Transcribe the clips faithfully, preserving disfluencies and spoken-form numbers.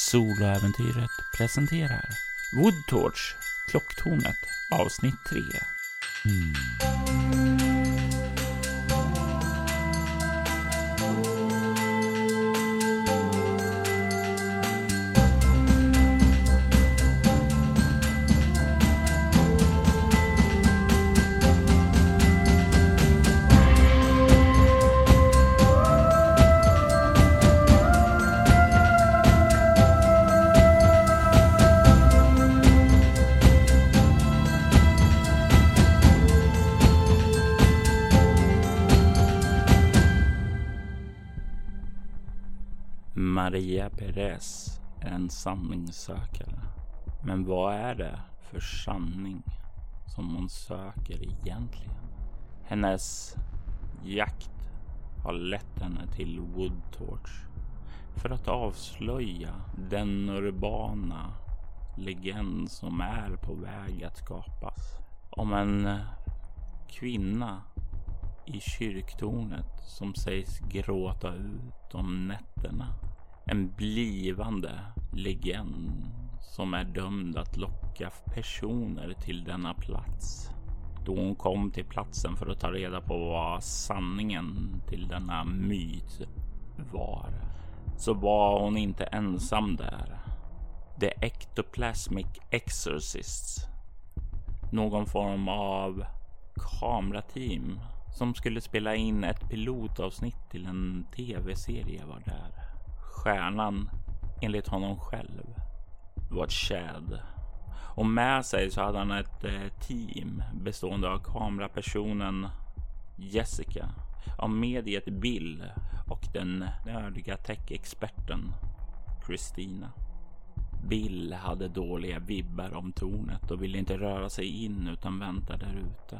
Soloäventyret presenterar Woodtorch, klocktornet, avsnitt tre. Mm. Maria Perez är en sanningssökare. Men vad är det för sanning som hon söker egentligen? Hennes jakt har lett henne till Woodtorch för att avslöja den urbana legend som är på väg att skapas. Om en kvinna i kyrktornet som sägs gråta ut om nätterna. En blivande legend som är dömd att locka personer till denna plats. Då hon kom till platsen för att ta reda på vad sanningen till denna myt var, så var hon inte ensam där. The Ectoplasmic Exorcists, någon form av kamerateam som skulle spela in ett pilotavsnitt till en tv-serie, var där. Stjärnan, enligt honom själv, var Chad. Och med sig så hade han ett eh, team bestående av kamerapersonen Jessica, av mediet Bill och den nördiga tech-experten Christina. Bill hade dåliga vibbar om tornet och ville inte röra sig in utan vänta där ute.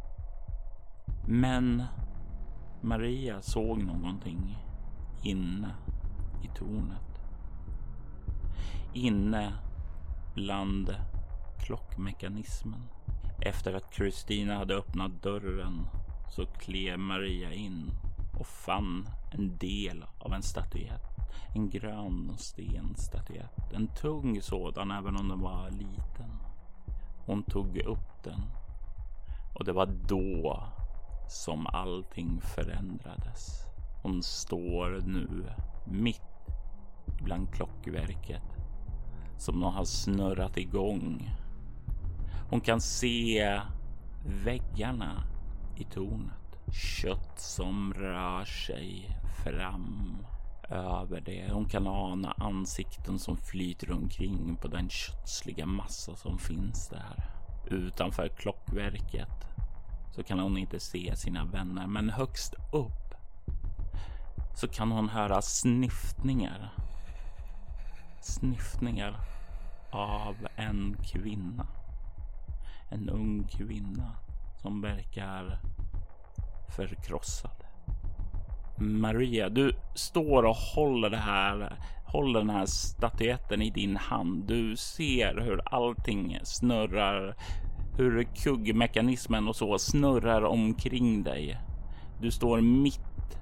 Men Maria såg någonting inne i tornet. Inne bland klockmekanismen. Efter att Christina hade öppnat dörren så klev Maria in och fann en del av en statyett. En grön stenstatyett. En tung sådan även om den var liten. Hon tog upp den. Och det var då som allting förändrades. Hon står nu mitt bland klockverket som de har snurrat igång. Hon kan se väggarna i tornet. Kött som rör sig fram över det. Hon kan ana ansikten som flyter omkring på den kötsliga massa som finns där. Utanför klockverket så kan hon inte se sina vänner, men högst upp så kan hon höra sniftningar. Sniftningar av en kvinna. En ung kvinna som verkar förkrossad. Maria, du står och håller det här, håller den här statyetten i din hand. Du ser hur allting snurrar, hur kuggmekanismen och så snurrar omkring dig. Du står mitt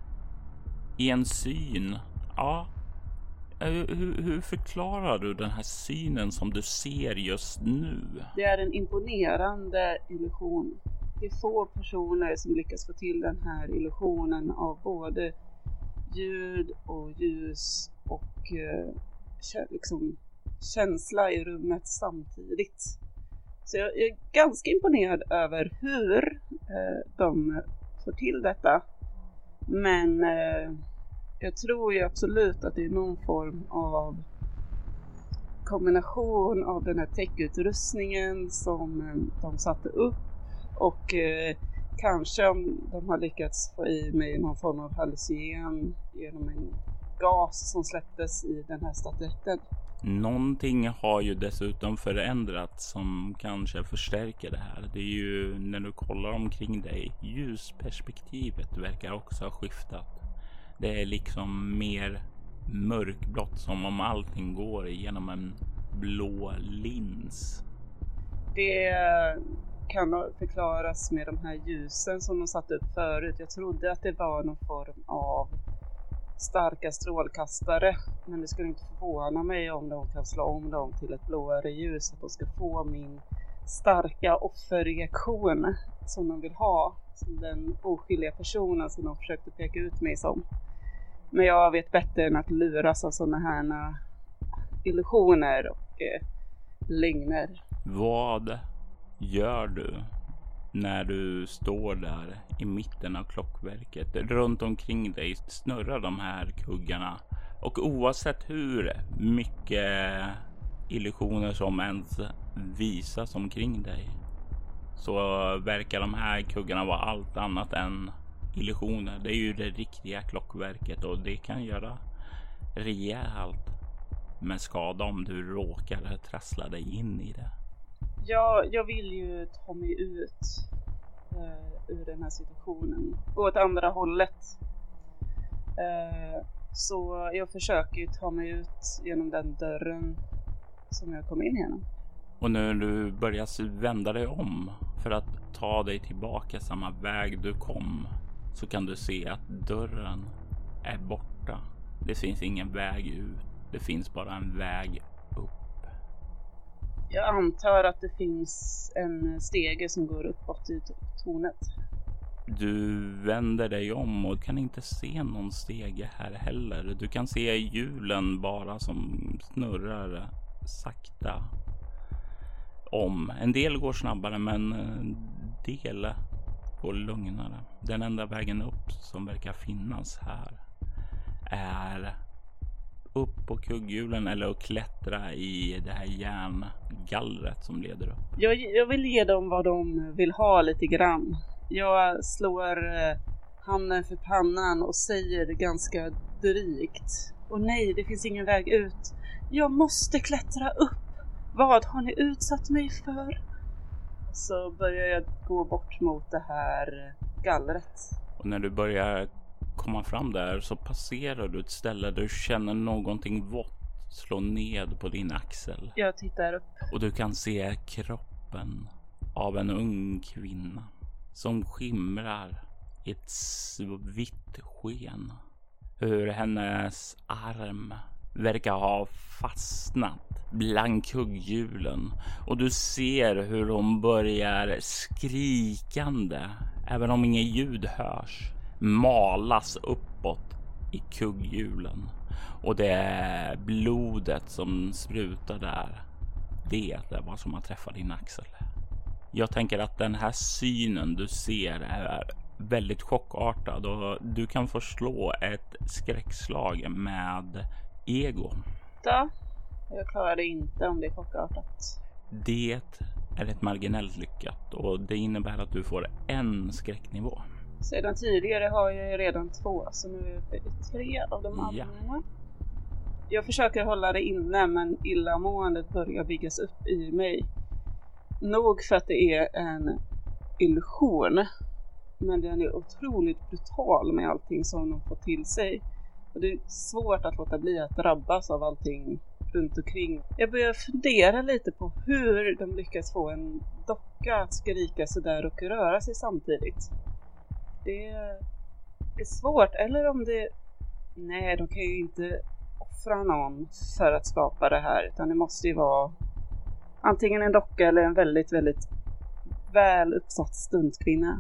i en syn. Ja. Hur, hur förklarar du den här synen som du ser just nu? Det är en imponerande illusion. Det är få personer som lyckas få till den här illusionen av både ljud och ljus och eh, liksom känsla i rummet samtidigt. Så jag är ganska imponerad över hur eh, de får till detta. Men eh, jag tror ju absolut att det är någon form av kombination av den här tech-utrustningen som eh, de satte upp. Och eh, kanske om de har lyckats få i mig någon form av hallucinogen genom en gas som släpptes i den här statyetten. Någonting har ju dessutom förändrats som kanske förstärker det här. Det är ju när du kollar omkring dig. Ljusperspektivet verkar också ha skiftat. Det är liksom mer mörkblått, som om allting går genom en blå lins. Det kan förklaras med de här ljusen som de satt upp förut. Jag trodde att det var någon form av starka strålkastare, men det skulle inte förvåna mig om de kan slå om dem till ett blåare ljus, att de ska få min starka offerreaktion som de vill ha, som den oskyldiga personen som de försökte peka ut mig som. Men jag vet bättre än att luras av sådana här illusioner och eh, lögner. Vad gör du när du står där i mitten av klockverket? Runt omkring dig snurrar de här kuggarna, och oavsett hur mycket illusioner som ens visas omkring dig så verkar de här kuggarna vara allt annat än illusioner. Det är ju det riktiga klockverket, och det kan göra rejält med skada om du råkar trassla dig in i det. Ja, jag vill ju ta mig ut uh, ur den här situationen. Gå åt andra hållet. Uh, så jag försöker ju ta mig ut genom den dörren som jag kom in genom. Och när du börjar vända dig om för att ta dig tillbaka samma väg du kom, så kan du se att dörren är borta. Det finns ingen väg ut. Det finns bara en väg upp. Jag antar att det finns en stege som går uppåt i tornet. Du vänder dig om och kan inte se någon stege här heller. Du kan se hjulen bara som snurrar sakta om. En del går snabbare, men en del går lugnare. Den enda vägen upp som verkar finnas här är upp på kugghjulen eller att klättra i det här järngallret som leder upp. Jag, jag vill ge dem vad de vill ha lite grann. Jag slår eh, handen för pannan och säger ganska drygt: och nej, det finns ingen väg ut. Jag måste klättra upp. Vad har ni utsatt mig för? Så börjar jag gå bort mot det här gallret. Och när du börjar komma fram där så passerar du ett ställe där du känner någonting vått slå ned på din axel. Jag tittar upp. Och du kan se kroppen av en ung kvinna som skimrar i ett vitt sken. Hur hennes arm verkar ha fastnat bland kugghjulen, och du ser hur hon börjar skrikande, även om inget ljud hörs, malas uppåt i kugghjulen. Och det är blodet som sprutar där. Det är vad som har träffat din axel. Jag tänker att den här synen du ser är väldigt chockartad, och du kan få slå ett skräckslag med ego. Ja, jag klarar det inte om det är chockartat. Det är ett marginellt lyckat, och det innebär att du får en skräcknivå. Sedan tidigare har jag redan två, så nu är jag uppe i tre av de allmänna. Ja. Jag försöker hålla det inne, men illamåendet börjar byggas upp i mig. Nog för att det är en illusion, men den är otroligt brutal med allting som de får till sig. Och det är svårt att låta bli att drabbas av allting runt omkring. Jag börjar fundera lite på hur de lyckas få en docka att skrika så där och röra sig samtidigt. Det är svårt, eller om det... Nej, de kan ju inte offra någon för att skapa det här, utan det måste ju vara antingen en docka eller en väldigt, väldigt väl uppsatt stuntkvinna.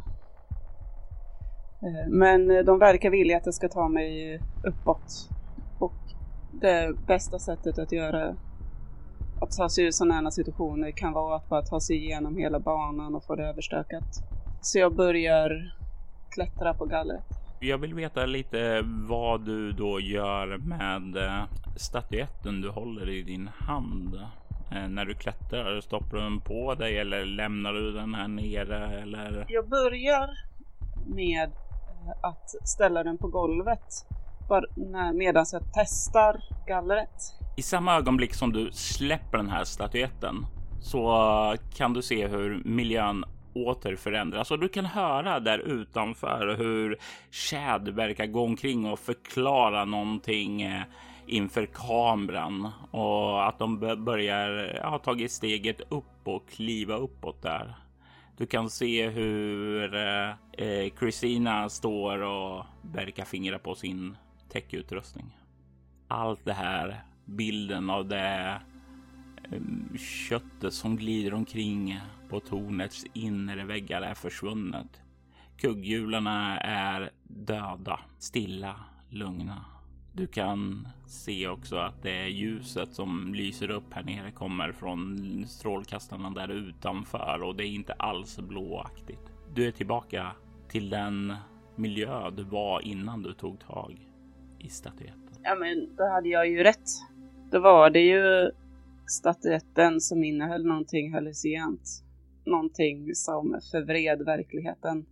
Men de verkar vilja att jag ska ta mig uppåt. Och det bästa sättet att göra att ta sig ur sådana här situationer kan vara att bara ta sig igenom hela banan och få det överstökat. Så jag börjar klättra på gallret. Jag vill veta lite vad du då gör med statyetten du håller i din hand. När du klättrar, stoppar du den på dig eller lämnar du den här nere? Eller? Jag börjar med att ställa den på golvet medan jag testar gallret. I samma ögonblick som du släpper den här statyetten så kan du se hur miljön åter förändras, och du kan höra där utanför hur Chad verkar gå omkring och förklara någonting inför kameran, och att de börjar ha tagit steget upp och kliva uppåt där. Du kan se hur eh, Christina står och verkar fingra på sin täckutrustning. Allt det här, bilden av det köttet som glider omkring på tornets inre väggar är försvunnet. Kugghjularna är döda, stilla, lugna. Du kan se också att det ljuset som lyser upp här nere kommer från strålkastarna där utanför och det är inte alls blåaktigt. Du är tillbaka till den miljö du var innan du tog tag i statyetten. Ja, men då hade jag ju rätt. Då var det ju statyetten som innehöll någonting hallucinant. Någonting som förvred verkligheten.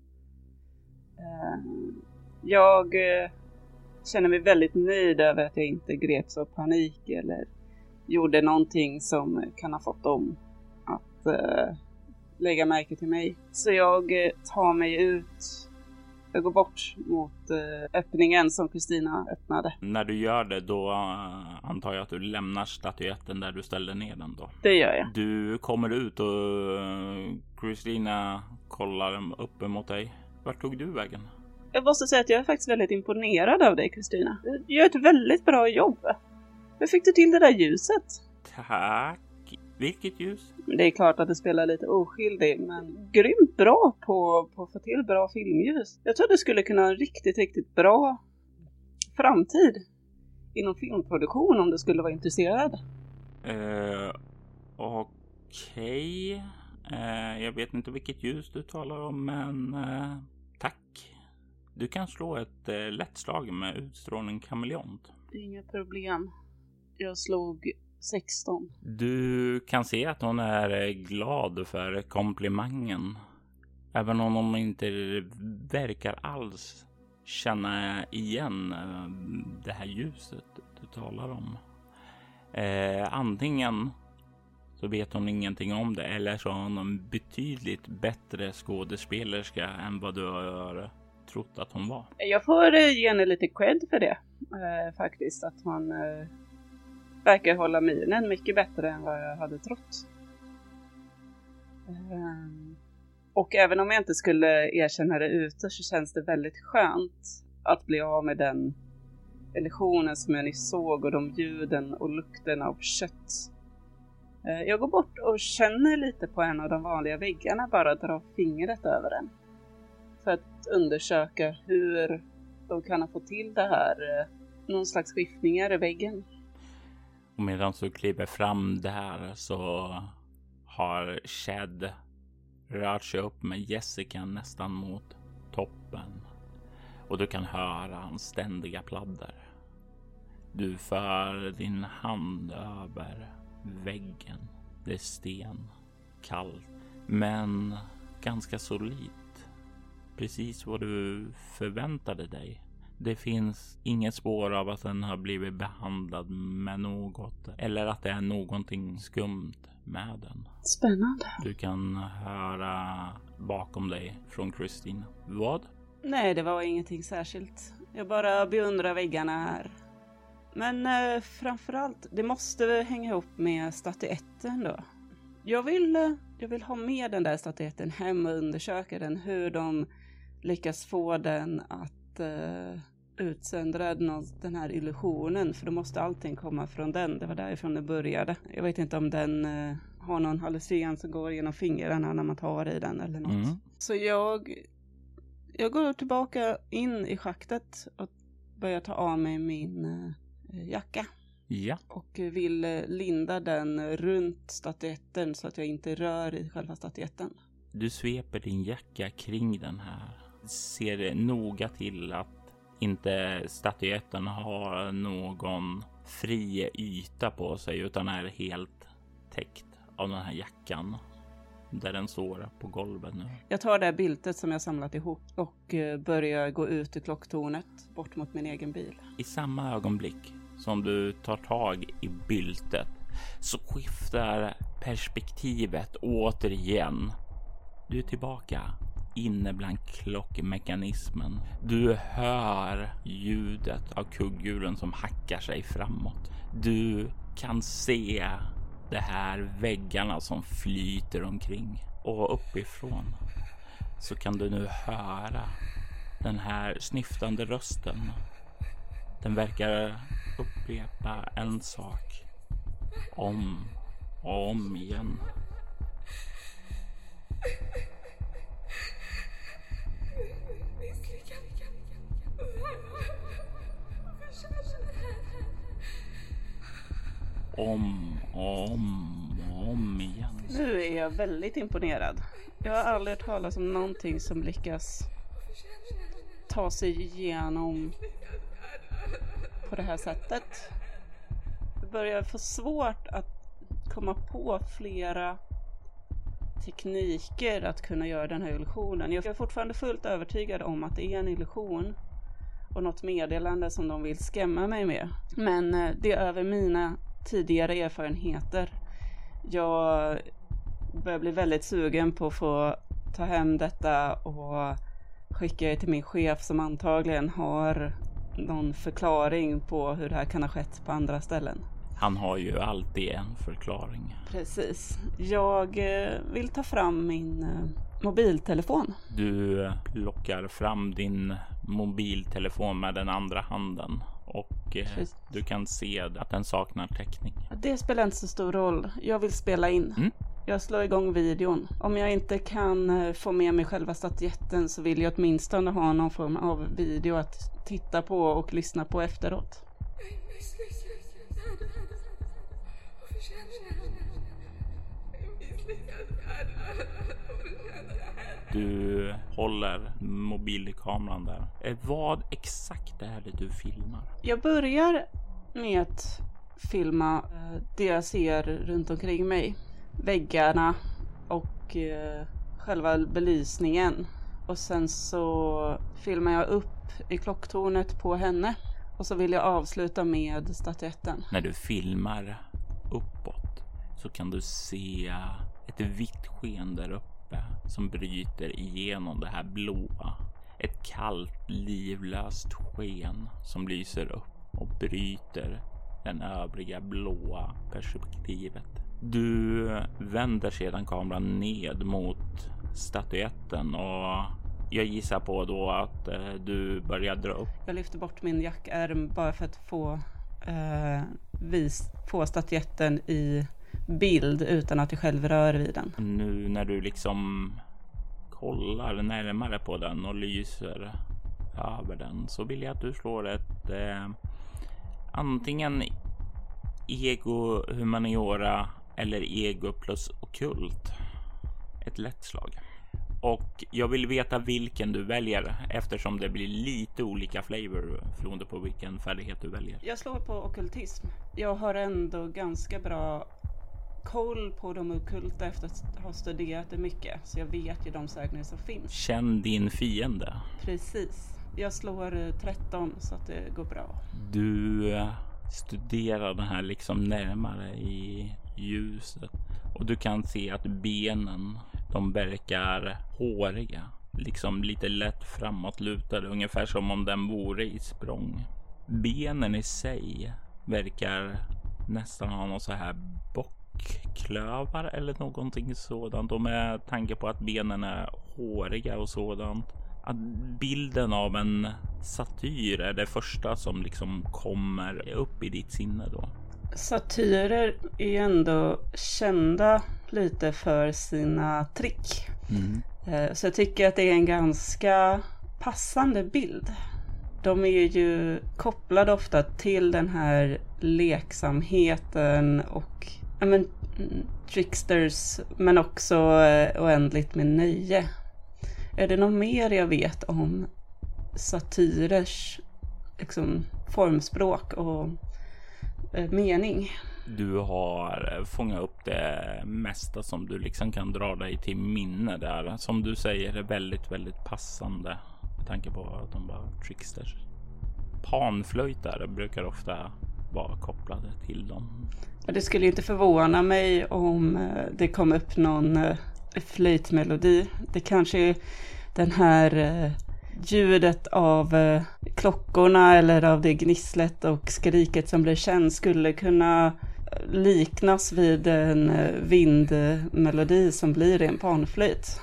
Jag känner mig väldigt nöjd över att jag inte greps av panik eller gjorde någonting som kan ha fått dem att uh, lägga märke till mig. Så jag tar mig ut, jag går bort mot uh, öppningen som Kristina öppnade. När du gör det då uh, antar jag att du lämnar statyetten där du ställde ner den då. Det gör jag. Du kommer ut och Kristina uh, kollar upp mot dig. Vart tog du vägen? Jag måste säga att jag är faktiskt väldigt imponerad av dig, Kristina. Du gör ett väldigt bra jobb. Hur fick du till det där ljuset? Tack. Vilket ljus? Det är klart att det spelar lite oskyldig, men grymt bra på, på att få till bra filmljus. Jag tror du skulle kunna ha en riktigt, riktigt bra framtid inom filmproduktion om du skulle vara intresserad. Uh, Okej. Okay. Uh, jag vet inte vilket ljus du talar om, men uh, tack. Du kan slå ett uh, lätt slag med utstrålning kameleont. Det är inga problem. Jag slog sexton. Du kan se att hon är glad för komplimangen. Även om hon inte verkar alls känna igen det här ljuset du talar om. Eh, antingen så vet hon ingenting om det eller så har hon en betydligt bättre skådespelerska än vad du har trott att hon var. Jag får ge henne lite cred för det eh, faktiskt. Att hon eh, verkar hålla minen mycket bättre än vad jag hade trott. Eh, och även om jag inte skulle erkänna det ute så känns det väldigt skönt att bli av med den illusionen som jag nyss såg och de ljuden och lukten av kött. Eh, jag går bort och känner lite på en av de vanliga väggarna, bara drar fingret över den. För att undersöka hur de kan ha fått till det här. Någon slags skiftningar i väggen. Och medan du kliver fram där så har Chad rört sig upp med Jessica nästan mot toppen. Och du kan höra hans ständiga pladder. Du för din hand över väggen. Det är sten, kallt, men ganska solid. Precis vad du förväntade dig. Det finns inget spår av att den har blivit behandlad med något. Eller att det är någonting skumt med den. Spännande. Du kan höra bakom dig från Kristina. Vad? Nej, det var ingenting särskilt. Jag bara beundrar väggarna här. Men eh, framförallt, det måste hänga ihop med statyetten då. Jag vill, eh, jag vill ha med den där statyetten hem och undersöka den. Hur de lyckas få den att uh, utsöndra den här illusionen. För då måste allting komma från den. Det var därifrån det började. Jag vet inte om den uh, har någon hallucin som går genom fingrarna när man tar i den eller något. Mm. Så jag, jag går tillbaka in i schaktet och börjar ta av mig min uh, jacka. Ja. Och vill uh, linda den runt statyetten så att jag inte rör i själva statyetten. Du sveper din jacka kring den här. Ser noga till att inte statyetten har någon fri yta på sig utan är helt täckt av den här jackan där den står på golvet nu. Jag tar det här bältet som jag samlat ihop och börjar gå ut i klocktornet bort mot min egen bil. I samma ögonblick som du tar tag i bältet så skiftar perspektivet återigen. Du är tillbaka inne bland klockmekanismen. Du hör ljudet av kugghjulen som hackar sig framåt. Du kan se de här väggarna som flyter omkring. Och uppifrån så kan du nu höra den här sniftande rösten. Den verkar upprepa en sak om och om igen. Om och om och om igen. Nu är jag väldigt imponerad. Jag har aldrig hört talas om någonting som lyckas ta sig igenom på det här sättet. Jag börjar få svårt att komma på flera tekniker att kunna göra den här illusionen. Jag är fortfarande fullt övertygad om att det är en illusion och något meddelande som de vill skrämma mig med. Men det är över mina tidigare erfarenheter. Jag börjar bli väldigt sugen på att få ta hem detta och skicka det till min chef som antagligen har någon förklaring på hur det här kan ha skett på andra ställen. Han har ju alltid en förklaring. Precis. Jag vill ta fram min mobiltelefon. Du lockar fram din mobiltelefon med den andra handen. Och Precis. Du kan se att den saknar täckning. Det spelar inte så stor roll. Jag vill spela in. Mm. Jag slår igång videon. Om jag inte kan få med mig själva statyetten så vill jag åtminstone ha någon form av video att titta på och lyssna på efteråt. Du håller mobilkameran där. Vad exakt är det du filmar? Jag börjar med att filma det jag ser runt omkring mig. Väggarna och eh, själva belysningen. Och sen så filmar jag upp i klocktornet på henne. Och så vill jag avsluta med statyetten. När du filmar uppåt så kan du se ett vitt sken där uppe som bryter igenom det här blåa. Ett kallt, livlöst sken som lyser upp och bryter den övriga blåa perspektivet. Du vänder sedan kameran ned mot statyetten och jag gissar på då att eh, du börjar dra upp. Jag lyfter bort min jackärm bara för att få, eh, vis, få statyetten i bild utan att jag själv rör vid den. Nu när du liksom kollar närmare på den och lyser över den så vill jag att du slår ett eh, antingen ego humaniora eller ego plus ockult. Ett lätt slag. Och jag vill veta vilken du väljer eftersom det blir lite olika flavor beroende på vilken färdighet du väljer. Jag slår på ockultism. Jag har ändå ganska bra koll på de ockulta efter att ha studerat det mycket. Så jag vet ju de sägner som finns. Känn din fiende. Precis. Jag slår tretton så att det går bra. Du studerar den här liksom närmare i ljuset. Och du kan se att benen, de verkar håriga. Liksom lite lätt framåtlutade. Ungefär som om den vore i språng. Benen i sig verkar nästan ha någon så här bockklövar eller någonting sådant. Och med tanke på att benen är håriga och sådant. Att bilden av en satyr är det första som liksom kommer upp i ditt sinne då. Satyrer är ändå kända lite för sina trick. Mm. Så jag tycker att det är en ganska passande bild. De är ju kopplade ofta till den här leksamheten och ja, men, tricksters, men också oändligt med nöje. Är det något mer jag vet om satyrers liksom, formspråk och eh, mening? Du har fångat upp det mesta som du liksom kan dra dig till minne där. Som du säger är väldigt, väldigt passande med tanke på att de var tricksters. Panflöjtare brukar ofta vara kopplade till dem. Det skulle inte förvåna mig om det kom upp någon flöjtmelodi. Det kanske är den här eh, ljudet av eh, klockorna eller av det gnisslet och skriket som blir känd skulle kunna liknas vid en eh, vindmelodi som blir en panflöjt.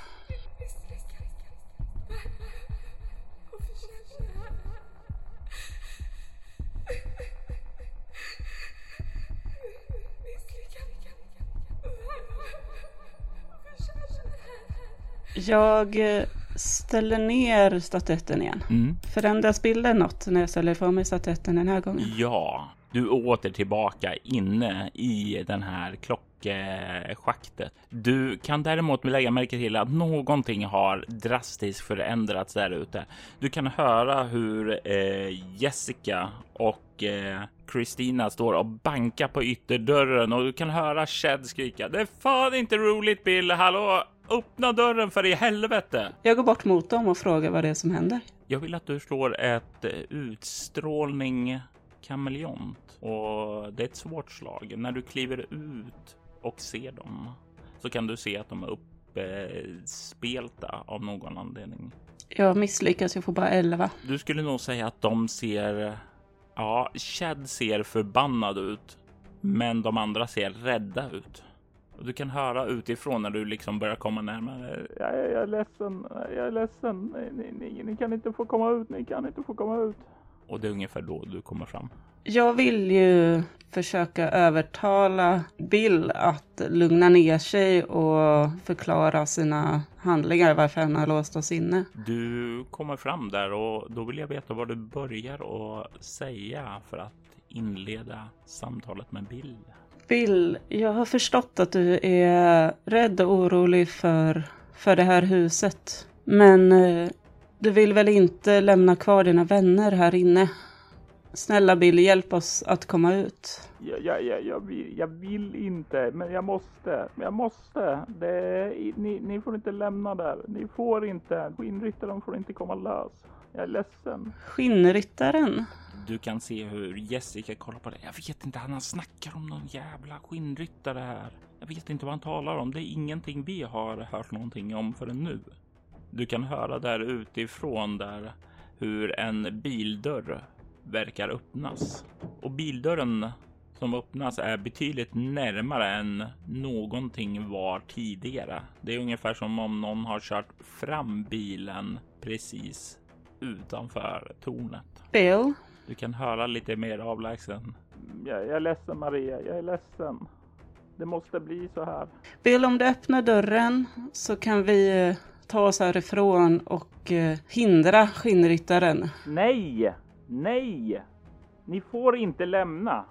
Jag ställer ner statyetten igen. Mm. Förändras bilden något när jag ställer för mig statyetten den här gången? Ja, du är åter tillbaka inne i den här klockschaktet. Du kan däremot lägga märke till att någonting har drastiskt förändrats där ute. Du kan höra hur eh, Jessica och eh, Christina står och bankar på ytterdörren och du kan höra Chad skrika: "Det är fan inte roligt, Bill, hallå! Öppna dörren för i helvete!" Jag går bort mot dem och frågar vad det är som händer. Jag vill att du slår ett utstrålning kameleont. Och det är ett svårt slag. När du kliver ut och ser dem så kan du se att de är uppspelta av någon anledning. Jag misslyckas, jag får bara elva. Du skulle nog säga att de ser... Ja, Chad ser förbannad ut. Men de andra ser rädda ut. Och du kan höra utifrån när du liksom börjar komma närmare. Jag, jag, jag är ledsen, jag är ledsen. Ni, ni, ni kan inte få komma ut, ni kan inte få komma ut. Och det är ungefär då du kommer fram. Jag vill ju försöka övertala Bill att lugna ner sig och förklara sina handlingar, varför han har låst oss inne. Du kommer fram där och då vill jag veta vad du börjar att säga för att inleda samtalet med Bill. Bill, jag har förstått att du är rädd och orolig för, för det här huset. Men eh, du vill väl inte lämna kvar dina vänner här inne? Snälla Bill, hjälp oss att komma ut. Ja, ja, ja, jag, vill, jag vill inte, men jag måste. Jag måste. Det, ni, ni får inte lämna där. Ni får inte. Skinnryttaren får inte komma lös. Jag är ledsen. Skinnryttaren? Du kan se hur Jessica kollar på det. Jag vet inte, han snackar om någon jävla skinnryttare här. Jag vet inte vad han talar om. Det är ingenting vi har hört någonting om förrän nu. Du kan höra där utifrån där hur en bildörr verkar öppnas. Och bildörren som öppnas är betydligt närmare än någonting var tidigare. Det är ungefär som om någon har kört fram bilen precis utanför tornet. Bill? Du kan höra lite mer avlägsen. Jag, jag är ledsen, Maria, jag är ledsen. Det måste bli så här. Bill, om du öppnar dörren så kan vi ta oss härifrån och hindra skinnryttaren. Nej! Nej! Ni får inte lämna.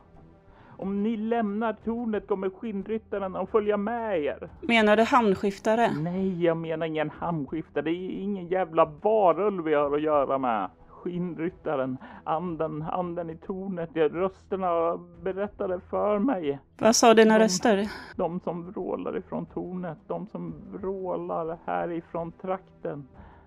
Om ni lämnar tornet kommer skinnryttaren att följa med er. Menar du hamnskiftare? Nej, jag menar ingen hamnskiftare. Det är ingen jävla varulv vi har att göra med. Skinnryttaren, anden, anden i tornet. Rösterna berättade för mig. Vad sa dina de, röster? De som vrålar ifrån tornet. De som vrålar härifrån trakten.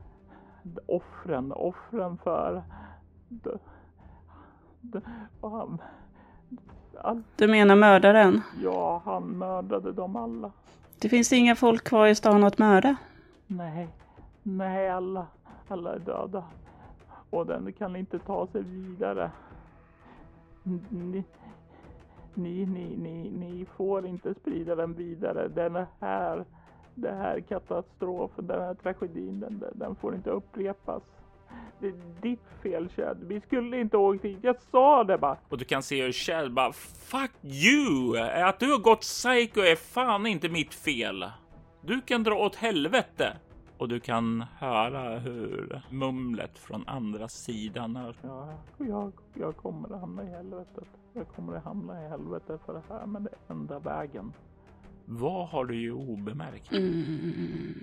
Offren, offren för... De, de, han, all, du menar mördaren? Ja, han mördade dem alla. Det finns inga folk kvar i stan att mörda? Nej, nej, alla, alla är döda. Och den kan inte ta sig vidare. Ni, ni, ni, ni, ni får inte sprida den vidare. Den här, det här katastrofen, den här tragedin, den, den får inte upprepas. Det är ditt fel, Chad. Vi skulle inte åka dit. Jag sa det bara. Och du kan se hur Chad bara, fuck you! Att du har gått psycho är fan inte mitt fel. Du kan dra åt helvete. Och du kan höra hur mumlet från andra sidan är. Ja, jag, jag kommer att hamna i helvetet. Jag kommer att hamna i helvetet för det här, men det är enda vägen. Vad har du ju obemärkt? Mm.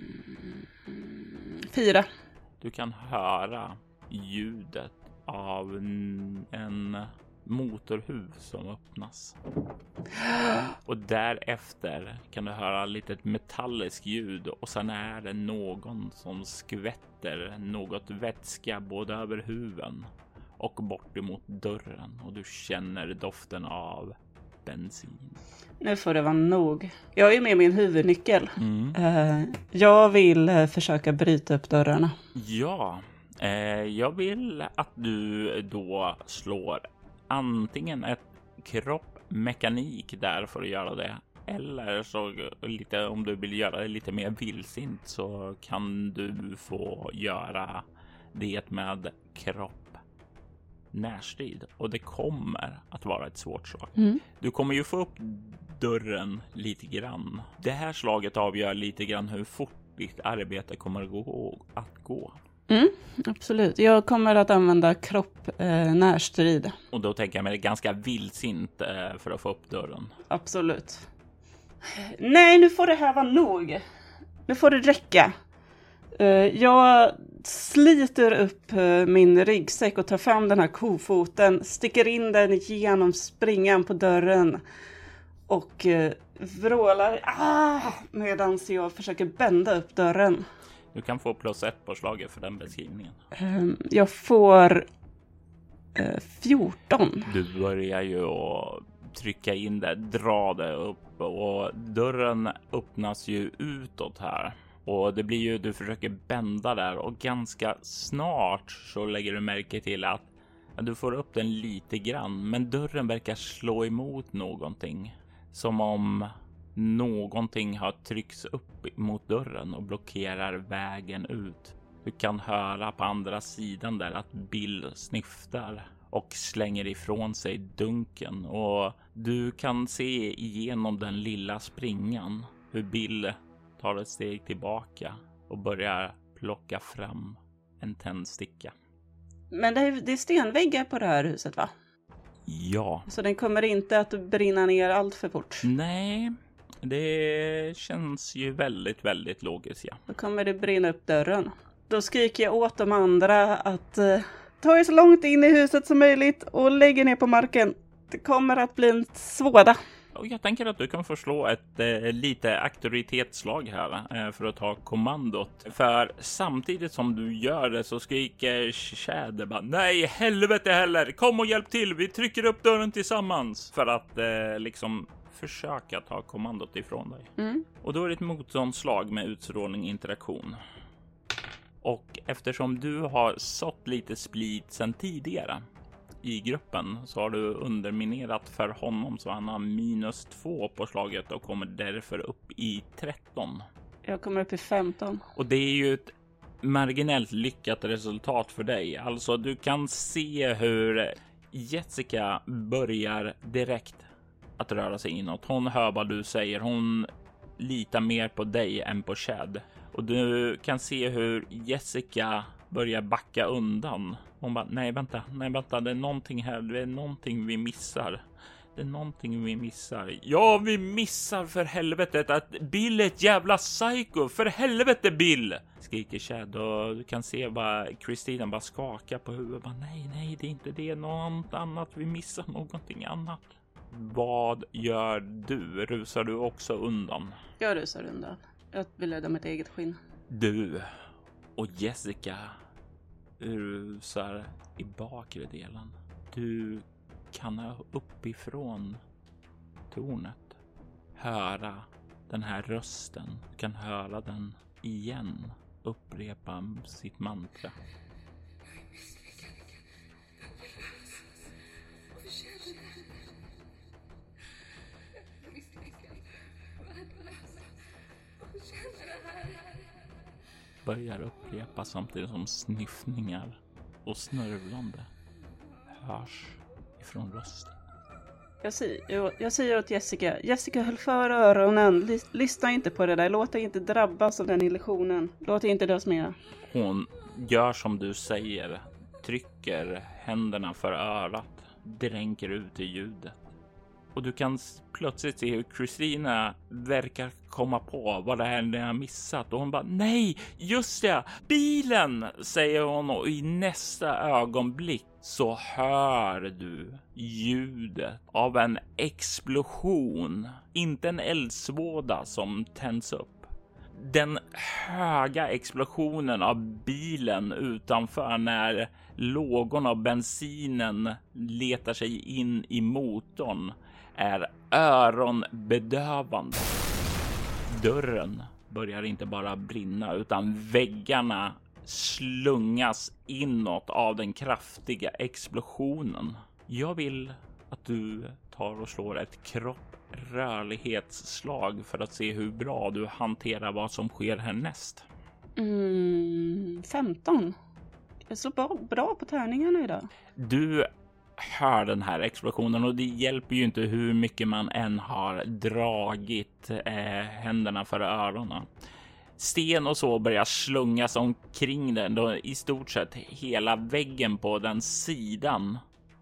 Fyra. Du kan höra ljudet av en motorhuv som öppnas. Och därefter kan du höra lite metalliskt ljud och sen är det någon som skvätter något vätska både över huven och bort emot dörren och du känner doften av bensin. Nu får det vara nog. Jag är med min huvudnyckel. Mm. Uh, jag vill uh, försöka bryta upp dörrarna. Ja, eh, jag vill att du då slår antingen ett kroppmekanik där för att göra det. Eller så lite, om du vill göra det lite mer vildsint så kan du få göra det med kropp närstrid. Och det kommer att vara ett svårt slag. Mm. Du kommer ju få upp dörren lite grann. Det här slaget avgör lite grann hur fort ditt arbete kommer att gå. Att gå. Mm, absolut. Jag kommer att använda kropp eh, närstrid. Och då tänker jag mig ganska vildsint eh, för att få upp dörren. Absolut. Nej, nu får det här vara nog. Nu får det räcka. Uh, jag sliter upp uh, min ryggsäck och tar fram den här kofoten. Sticker in den genom springan på dörren. Och uh, vrålar ah, medan jag försöker bända upp dörren. Du kan få plus ett på slaget för den beskrivningen. Uh, jag får uh, fjorton. Du börjar ju att trycka in det, dra det upp och dörren öppnas ju utåt här. Och det blir ju, du försöker bända där och ganska snart så lägger du märke till att ja, du får upp den lite grann. Men dörren verkar slå emot någonting. Som om någonting har tryckts upp mot dörren och blockerar vägen ut. Du kan höra på andra sidan där att Bill snyftar och slänger ifrån sig dunken. Och du kan se igenom den lilla springan hur Bill tar ett steg tillbaka och börjar plocka fram en tändsticka. Men det är, det är stenväggar på det här huset, va? Ja. Så den kommer inte att brinna ner allt för fort? Nej, det känns ju väldigt, väldigt logiskt, ja. Då kommer det brinna upp dörren. Då skriker jag åt de andra att eh, ta er så långt in i huset som möjligt och lägger ner på marken. Det kommer att bli en svåda. Och jag tänker att du kan få slå ett eh, lite auktoritetsslag här eh, för att ta kommandot. För samtidigt som du gör det så skriker Chad bara nej, helvete heller, kom och hjälp till, vi trycker upp dörren tillsammans. För att eh, liksom försöka ta kommandot ifrån dig. Mm. Och då är det ett motståndsslag med utstrålning interaktion. Och eftersom du har sått lite split sedan tidigare i gruppen så har du underminerat för honom så han har minus två på slaget och kommer därför upp i tretton. Jag kommer upp i femton. Och det är ju ett marginellt lyckat resultat för dig. Alltså du kan se hur Jessica börjar direkt att röra sig inåt. Hon hör vad du säger. Hon litar mer på dig än på Chad. Och du kan se hur Jessica börjar backa undan. Hon bara, nej vänta, nej vänta, det är någonting här, det är någonting vi missar. Det är någonting vi missar. Ja, vi missar för helvetet att Bill är ett jävla psycho. För helvete Bill! Skriker Chad och du kan se bara Kristina bara skaka på huvudet. Bara, nej, nej, det är inte det. Något annat. Vi missar någonting annat. Vad gör du? Rusar du också undan? Jag rusar undan. Jag vill rädda mitt eget skinn. Du och Jessica rusar i bakre delen. Du kan uppifrån tornet höra den här rösten. Du kan höra den igen upprepa sitt mantra. Börjar upprepa samtidigt som sniffningar och snörvlande hörs ifrån rösten. Jag säger, jag säger åt Jessica, Jessica höll för öronen, Lys- lyssna inte på det där, låt dig inte drabbas av den illusionen, låt dig inte dös med. Hon gör som du säger, trycker händerna för örat, dränker ut i ljudet. Och du kan plötsligt se hur Kristina verkar komma på vad det är ni har missat. Och hon bara, nej, just det, bilen, säger hon. Och i nästa ögonblick så hör du ljudet av en explosion. Inte en eldsvåda som tänds upp. Den höga explosionen av bilen utanför när lågorna av bensinen letar sig in i motorn är öronbedövande. Dörren börjar inte bara brinna utan väggarna slungas inåt av den kraftiga explosionen. Jag vill att du tar och slår ett kropprörlighetsslag för att se hur bra du hanterar vad som sker härnäst. Mm, femton. Jag slår bra, bra på tärningarna idag. Du hör den här explosionen och det hjälper ju inte hur mycket man än har dragit eh, händerna för öronen. Sten och så börjar slungas omkring den. Då i stort sett hela väggen på den sidan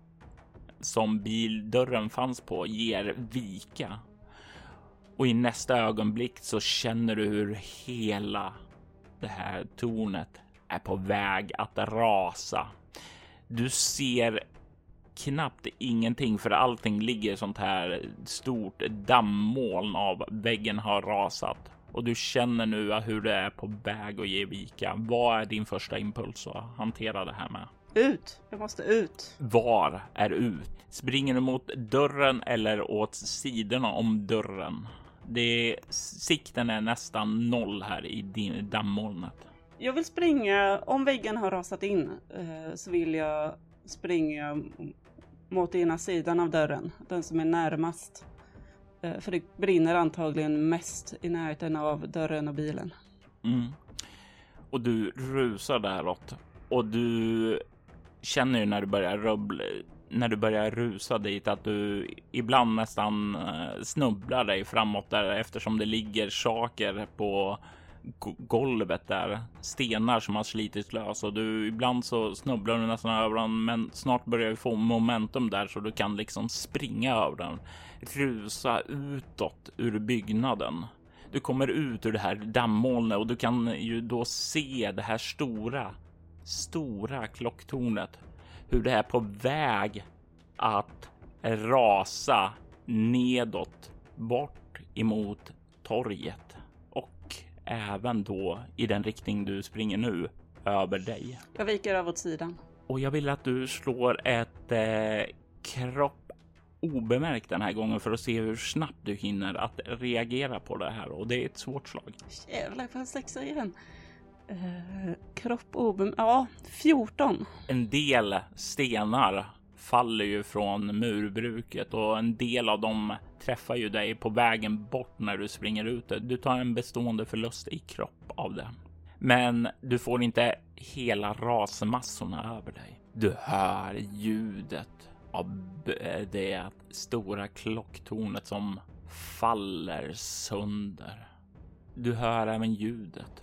som bildörren fanns på ger vika. Och i nästa ögonblick så känner du hur hela det här tornet är på väg att rasa. Du ser knappt ingenting för allting ligger sånt här stort dammoln av väggen har rasat. Och du känner nu hur det är på väg att ge vika. Vad är din första impuls att hantera det här med? Ut! Jag måste ut. Var är ut? Springer du mot dörren eller åt sidorna om dörren? Det, sikten är nästan noll här i din dammolnet. Jag vill springa, om väggen har rasat in eh, så vill jag springa mot ena sidan av dörren. Den som är närmast. Eh, för det brinner antagligen mest i närheten av dörren och bilen. Mm. Och du rusar däråt. Och du känner ju när du börjar rubbla, när du börjar rusa dit att du ibland nästan snubblar dig framåt där eftersom det ligger saker på golvet där, stenar som har slitits lös och du ibland så snubblar du nästan över dem, men snart börjar du få momentum där så du kan liksom springa över den, rusa utåt ur byggnaden. Du kommer ut ur det här dammolnet och du kan ju då se det här stora stora klocktornet, hur det är på väg att rasa nedåt bort emot torget och även då i den riktning du springer nu över dig. Jag viker av åt sidan. Och jag vill att du slår ett eh, kropp obemärkt den här gången för att se hur snabbt du hinner att reagera på det här, och det är ett svårt slag. Jävlar, får jag sexa igen? Uh, kropp obem... Ja, fjorton. En del stenar faller ju från murbruket och en del av dem träffar ju dig på vägen bort när du springer ut. Du tar en bestående förlust i kropp av det. Men du får inte hela rasmassorna över dig. Du hör ljudet av det stora klocktornet som faller sönder. Du hör även ljudet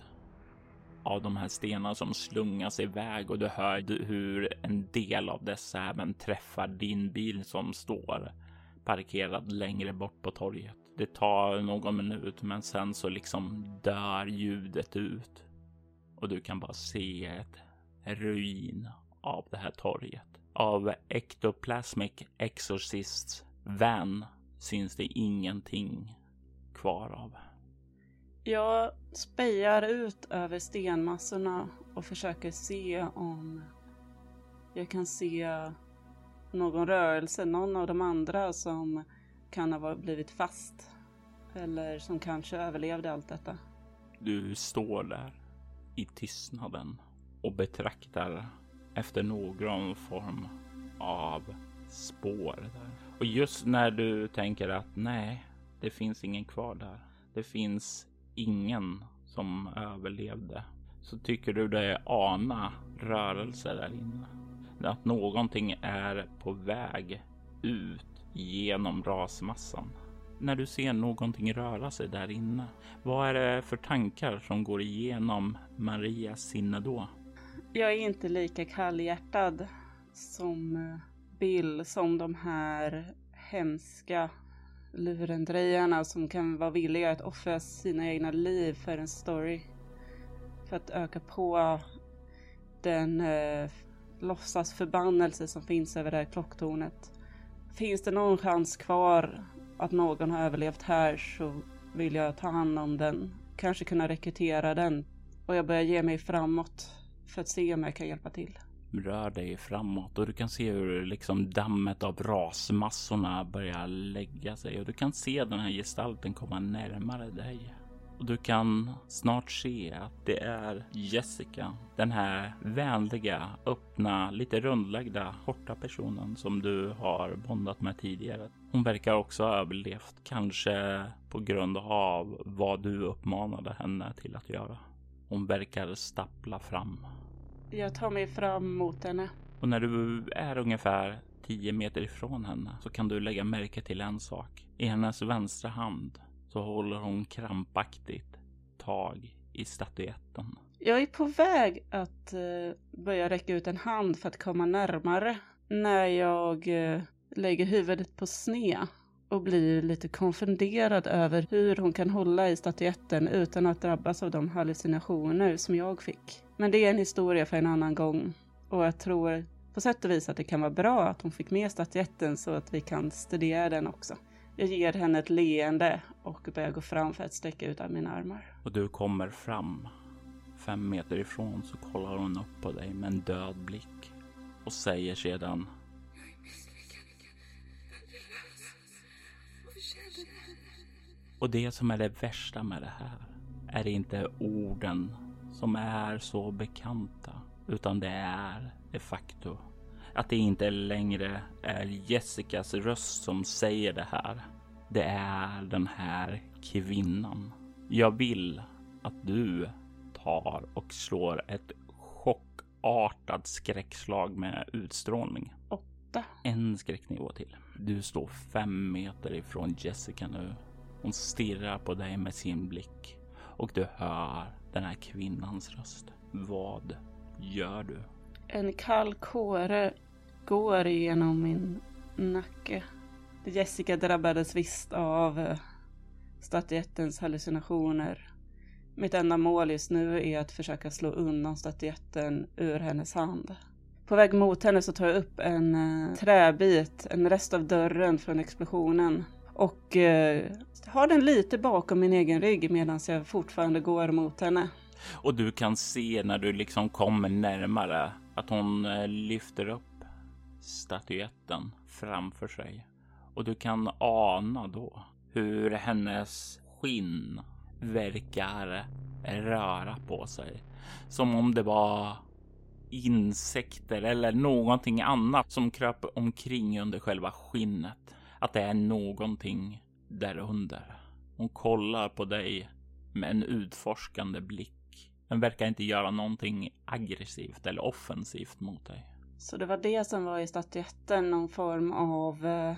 av de här stenarna som slungas iväg och du hör hur en del av dessa även träffar din bil som står parkerad längre bort på torget. Det tar någon minut, men sen så liksom dör ljudet ut och du kan bara se ett ruin av det här torget. Av Ectoplasmic Exorcists van syns det ingenting kvar av. Jag spejar ut över stenmassorna och försöker se om jag kan se någon rörelse, någon av de andra som kan ha blivit fast eller som kanske överlevde allt detta. Du står där i tystnaden och betraktar efter någon form av spår där. Och just när du tänker att nej, det finns ingen kvar där. Det finns ingen som överlevde. Så tycker du dig ana rörelser där inne. Att någonting är på väg ut genom rasmassan. När du ser någonting röra sig där inne, vad är det för tankar som går igenom Marias sinne då? Jag är inte lika kallhjärtad som Bill, som de här hemska lurendrejarna som kan vara villiga att offra sina egna liv för en story. För att öka på den eh, låtsasförbannelse som finns över det här klocktornet. Finns det någon chans kvar att någon har överlevt här, så vill jag ta hand om den. Kanske kunna rekrytera den. Och jag börjar ge mig framåt för att se om jag kan hjälpa till. Rör dig framåt och du kan se hur liksom dammet av rasmassorna börjar lägga sig. Och du kan se den här gestalten komma närmare dig. Och du kan snart se att det är Jessica. Den här vänliga, öppna, lite rundlagda, korta personen som du har bondat med tidigare. Hon verkar också ha överlevt. Kanske på grund av vad du uppmanade henne till att göra. Hon verkar stappla fram. Jag tar mig fram mot henne. Och när du är ungefär tio meter ifrån henne så kan du lägga märke till en sak. I hennes vänstra hand så håller hon krampaktigt tag i statyetten. Jag är på väg att uh, börja räcka ut en hand för att komma närmare när jag uh, lägger huvudet på sned och blir lite konfunderad över hur hon kan hålla i statyetten utan att drabbas av de hallucinationer som jag fick. Men det är en historia för en annan gång, och jag tror på sätt och vis att det kan vara bra att hon fick med statyetten så att vi kan studera den också. Jag ger henne ett leende och börjar gå fram för att sträcka ut av mina armar. Och du kommer fram. Fem meter ifrån så kollar hon upp på dig med en död blick och säger sedan: och det som är det värsta med det här är det inte orden som är så bekanta, utan det är de facto att det inte längre är Jessicas röst som säger det här. Det är den här kvinnan. Jag vill att du tar och slår ett chockartat skräckslag med utstrålning. Åtta. En skräcknivå till. Du står fem meter ifrån Jessica nu. Hon stirrar på dig med sin blick. Och du hör den här kvinnans röst. Vad gör du? En kall kåre går igenom min nacke. Jessica drabbades visst av statyettens hallucinationer. Mitt enda mål just nu är att försöka slå undan statyetten ur hennes hand. På väg mot henne så tar jag upp en uh, träbit, en rest av dörren från explosionen. Och uh, har den lite bakom min egen rygg medan jag fortfarande går mot henne. Och du kan se när du liksom kommer närmare att hon uh, lyfter upp statyetten framför sig. Och du kan ana då hur hennes skinn verkar röra på sig. Som om det var insekter eller någonting annat som kröp omkring under själva skinnet. Att det är någonting där under. Hon kollar på dig med en utforskande blick. Men verkar inte göra någonting aggressivt eller offensivt mot dig. Så det var det som var i statyetten, någon form av eh,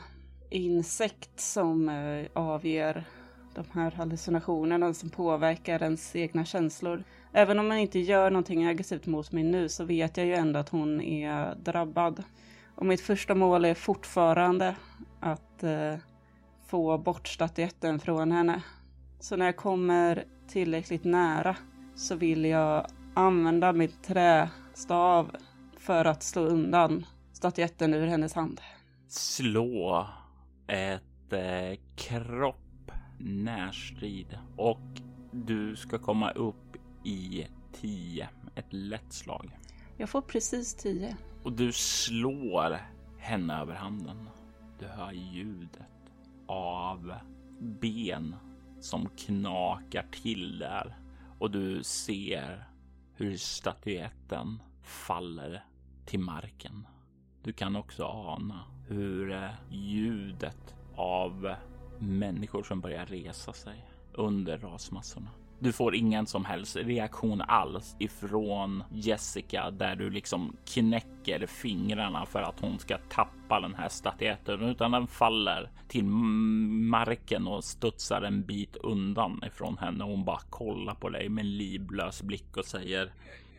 insekt som eh, avger de här hallucinationerna som påverkar ens egna känslor. Även om man inte gör någonting aggressivt mot mig nu så vet jag ju ändå att hon är drabbad. Och mitt första mål är fortfarande att eh, få bort statyetten från henne. Så när jag kommer tillräckligt nära så vill jag använda mitt trästav för att slå undan statyetten ur hennes hand. Slå ett eh, kropp närstrid och du ska komma upp i tio. Ett lätt slag. Jag får precis tio. Och du slår henne över handen. Du hör ljudet av ben som knakar till där. Och du ser hur statyetten faller till marken. Du kan också ana hur ljudet av människor som börjar resa sig under rasmassorna. Du får ingen som helst reaktion alls ifrån Jessica där du liksom knäcker fingrarna för att hon ska tappa den här statyetten, utan den faller till marken och studsar en bit undan ifrån henne. Hon bara kollar på dig med en livlös blick och säger: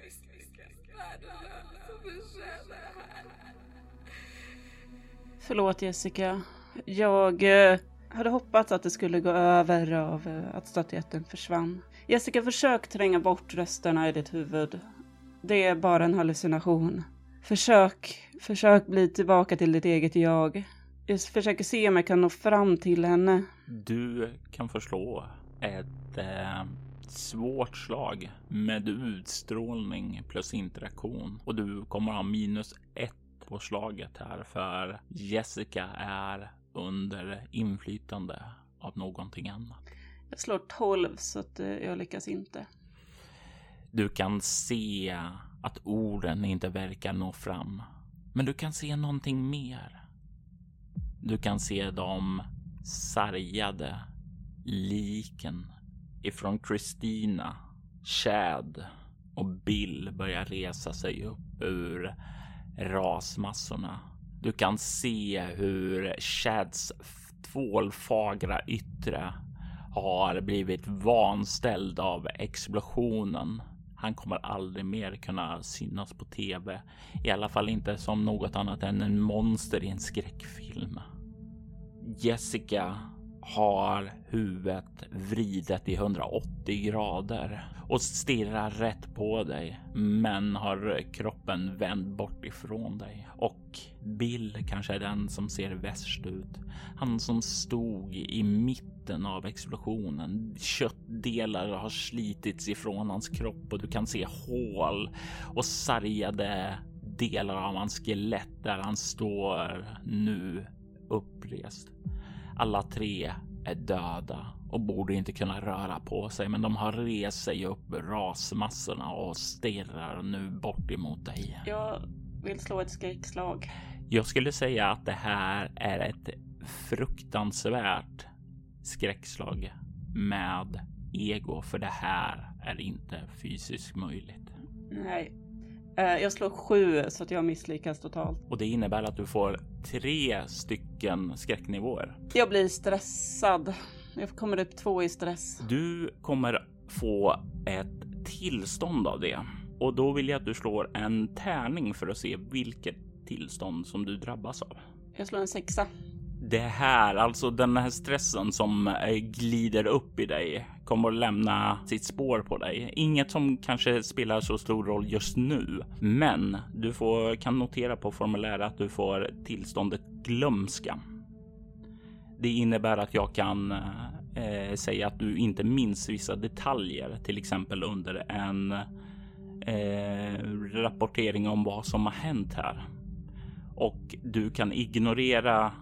Förlåt Jessica, jag eh, hade hoppats att det skulle gå över av eh, att statyetten försvann. Jessica, försök tränga bort rösterna i ditt huvud. Det är bara en hallucination. Försök, försök bli tillbaka till ditt eget jag. Jag försöker se om jag kan nå fram till henne. Du kan förslå ett eh, svårt slag med utstrålning plus interaktion. Och du kommer ha minus ett på slaget här, för Jessica är under inflytande av någonting annat. Jag slår tolv så att jag lyckas inte. Du kan se att orden inte verkar nå fram. Men du kan se någonting mer. Du kan se de sargade liken ifrån Christina, Chad och Bill börjar resa sig upp ur rasmassorna. Du kan se hur Chads tvålfagra yttre har blivit vanställd av explosionen. Han kommer aldrig mer kunna synas på tv. I alla fall inte som något annat än en monster i en skräckfilm. Jessica har huvudet vridet i hundraåttio grader och stirrar rätt på dig, men har kroppen vänd bort ifrån dig. Och Bill kanske är den som ser värst ut. Han som stod i mitten av explosionen. Köttdelar har slitits ifrån hans kropp och du kan se hål och sargade delar av hans skelett där han står nu upprest. Alla tre är döda och borde inte kunna röra på sig, men de har rest sig upp rasmassorna och stirrar nu bort emot dig. Jag vill slå ett skräckslag. Jag skulle säga att det här är ett fruktansvärt skräckslag med ego, för det här är inte fysiskt möjligt. Nej. Jag slår sju så att jag misslyckas totalt. Och det innebär att du får tre stycken skräcknivåer. Jag blir stressad. Jag kommer upp två i stress. Du kommer få ett tillstånd av det. Och då vill jag att du slår en tärning för att se vilket tillstånd som du drabbas av. Jag slår en sexa. Det här, alltså den här stressen som glider upp i dig, kommer att lämna sitt spår på dig. Inget som kanske spelar så stor roll just nu, men du får, kan notera på formuläret att du får tillståndet glömska. Det innebär att jag kan eh, säga att du inte minns vissa detaljer, till exempel under en eh, rapportering om vad som har hänt här. Och du kan ignorera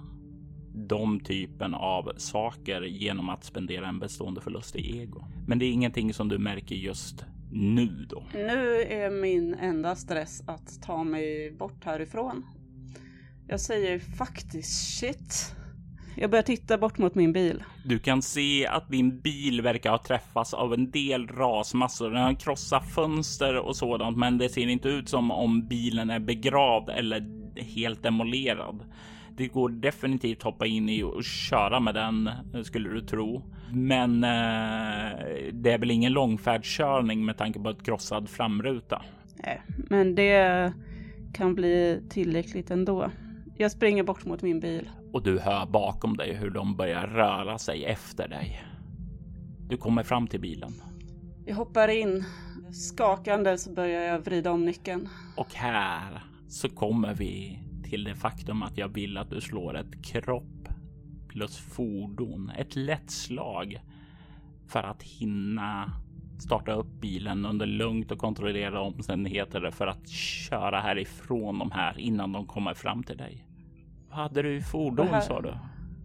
de typen av saker genom att spendera en bestående förlust i ego. Men det är ingenting som du märker just nu då. Nu är min enda stress att ta mig bort härifrån. Jag säger faktiskt shit. Jag börjar titta bort mot min bil. Du kan se att din bil verkar ha träffats av en del rasmassor. Den har krossat fönster och sådant, men det ser inte ut som om bilen är begravd eller helt demolerad. Det går definitivt hoppa in i och köra med den, skulle du tro. Men eh, det är väl ingen långfärdskörning med tanke på ett krossad framruta. Nej, men det kan bli tillräckligt ändå. Jag springer bort mot min bil. Och du hör bakom dig hur de börjar röra sig efter dig. Du kommer fram till bilen. Jag hoppar in. Skakande så börjar jag vrida om nyckeln. Och här så kommer vi till det faktum att jag vill att du slår ett kropp plus fordon. Ett lätt slag för att hinna starta upp bilen under lugnt och kontrollerade omständigheter för att köra härifrån de här innan de kommer fram till dig. Vad hade du i fordon, här, sa du?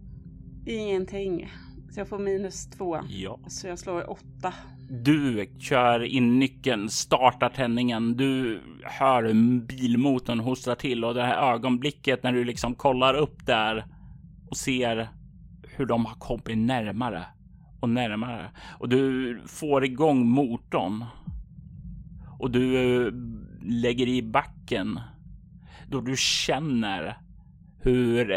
Ingenting. Så jag får minus två. Ja. Så jag slår åtta. Du kör in nyckeln, startar tändningen. Du hör hur bilmotorn hostar till och det här ögonblicket när du liksom kollar upp där och ser hur de har kommit närmare och närmare. Och du får igång motorn och du lägger i backen då du känner hur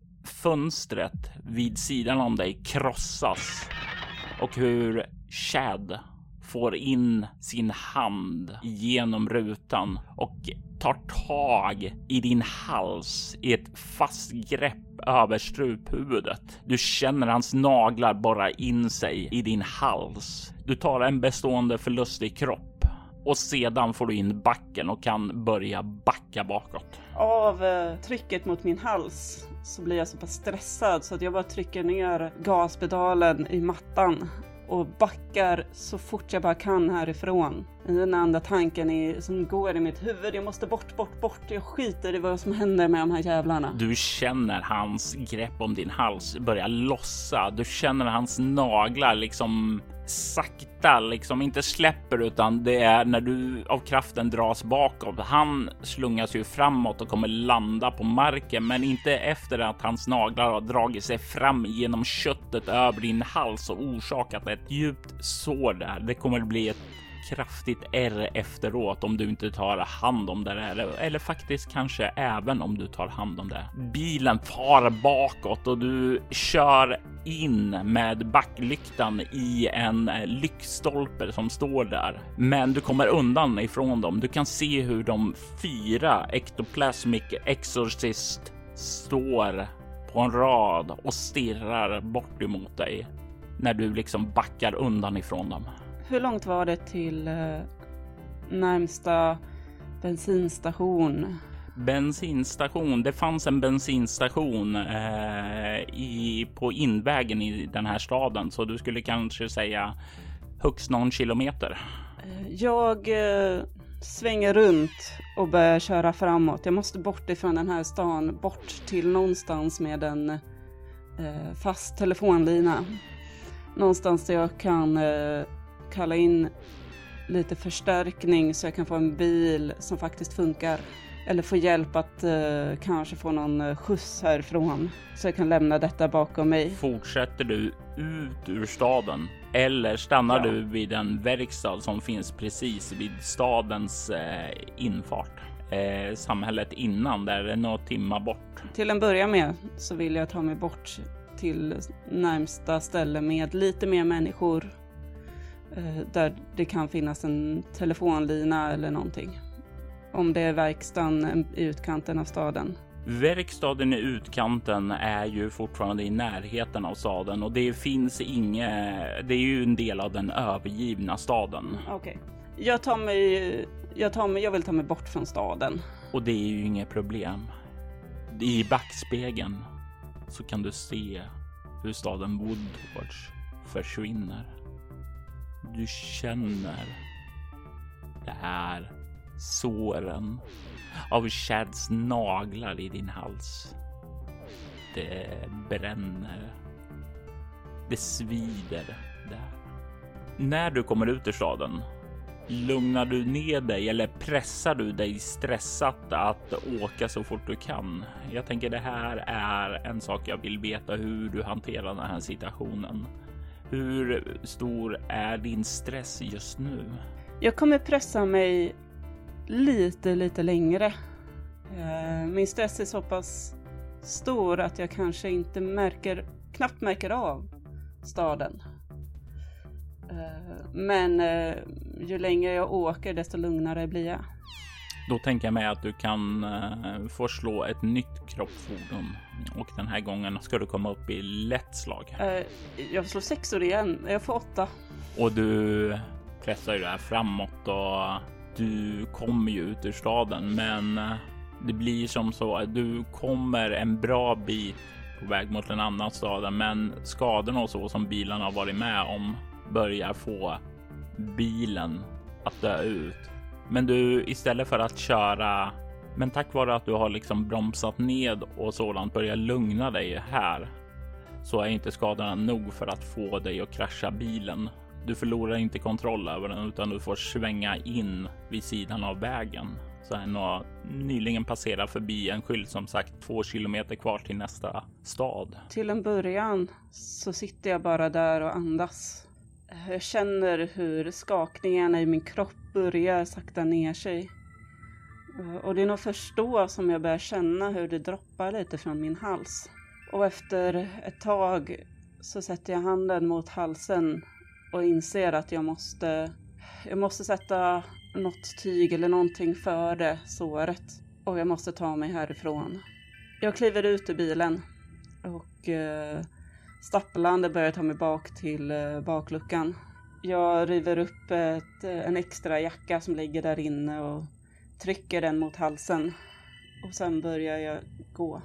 fönstret vid sidan om dig krossas och hur Chad får in sin hand genom rutan och tar tag i din hals i ett fast grepp över struphuvudet. Du känner hans naglar borra in sig i din hals. Du tar en bestående förlust i kropp och sedan får du in backen och kan börja backa bakåt. Av eh, trycket mot min hals så blir jag så pass stressad så att jag bara trycker ner gaspedalen i mattan och backar så fort jag bara kan härifrån. Den andra tanken är, som går i mitt huvud, jag måste bort, bort, bort. Jag skiter i vad som händer med de här jävlarna. Du känner hans grepp om din hals börja lossa. Du känner hans naglar liksom sakta, liksom inte släpper, utan det är när du av kraften dras bakåt. Han slungas ju framåt och kommer landa på marken, men inte efter att hans naglar har dragit sig fram genom köttet över din hals och orsakat ett djupt sår där. Det kommer att bli ett kraftigt ärr efteråt om du inte tar hand om det eller, eller faktiskt kanske även om du tar hand om det. Bilen far bakåt och du kör in med backlyktan i en lyktstolpe som står där. Men du kommer undan ifrån dem. Du kan se hur de fyra Ectoplasmic Exorcist står på en rad och stirrar bort emot dig när du liksom backar undan ifrån dem. Hur långt var det till eh, närmsta bensinstation? Bensinstation, det fanns en bensinstation eh, i, på invägen i den här staden, så du skulle kanske säga högst någon kilometer. Jag eh, svänger runt och börjar köra framåt. Jag måste bort ifrån den här stan, bort till någonstans med en eh, fast telefonlina. Någonstans där jag kan eh, kalla in lite förstärkning så jag kan få en bil som faktiskt funkar. Eller få hjälp att eh, kanske få någon skjuts härifrån så jag kan lämna detta bakom mig. Fortsätter du ut ur staden eller stannar Ja. du vid en verkstad som finns precis vid stadens eh, infart? Eh, samhället innan, där är några timmar bort. Till en början med så vill jag ta mig bort till närmsta ställe med lite mer människor. Eh, där det kan finnas en telefonlina eller någonting. Om det är verkstaden i utkanten av staden. Verkstaden i utkanten är ju fortfarande i närheten av staden och det finns inget, det är ju en del av den övergivna staden. Okej. Okay. Jag tar mig, jag tar mig, jag vill ta mig bort från staden. Och det är ju inget problem. I backspegeln så kan du se hur staden Woodwatch försvinner. Du känner det här såren av Chads naglar i din hals. Det bränner. Det svider där. När du kommer ut ur staden, lugnar du ner dig eller pressar du dig stressat att åka så fort du kan? Jag tänker det här är en sak jag vill veta, hur du hanterar den här situationen. Hur stor är din stress just nu? Jag kommer pressa mig lite, lite längre. Min stress är så pass stor att jag kanske inte märker, knappt märker av staden. Men ju längre jag åker desto lugnare blir jag. Då tänker jag mig att du kan få slå ett nytt kroppsfordon. Och den här gången ska du komma upp i lätt slag. Jag slår sexor igen. Jag får åtta. Och du pressar ju det här framåt och du kommer ju ut ur staden, men det blir som så att du kommer en bra bit på väg mot en annan stad, men skadorna och så som bilarna har varit med om börjar få bilen att dö ut. Men du, istället för att köra, men tack vare att du har liksom bromsat ned och sådant, börjar lugna dig här, så är inte skadorna nog för att få dig att krascha bilen. Du förlorar inte kontroll över den, utan du får svänga in vid sidan av vägen. Så här har nyligen passerat förbi en skylt som sagt två kilometer kvar till nästa stad. Till en början så sitter jag bara där och andas. Jag känner hur skakningarna i min kropp börjar sakta ner sig. Och det är nog först då som jag börjar känna hur det droppar lite från min hals. Och efter ett tag så sätter jag handen mot halsen och inser att jag måste, jag måste sätta något tyg eller någonting före såret. Och jag måste ta mig härifrån. Jag kliver ut ur bilen och eh, stapplande börjar ta mig bak till eh, bakluckan. Jag river upp ett, en extra jacka som ligger där inne och trycker den mot halsen. Och sen börjar jag gå.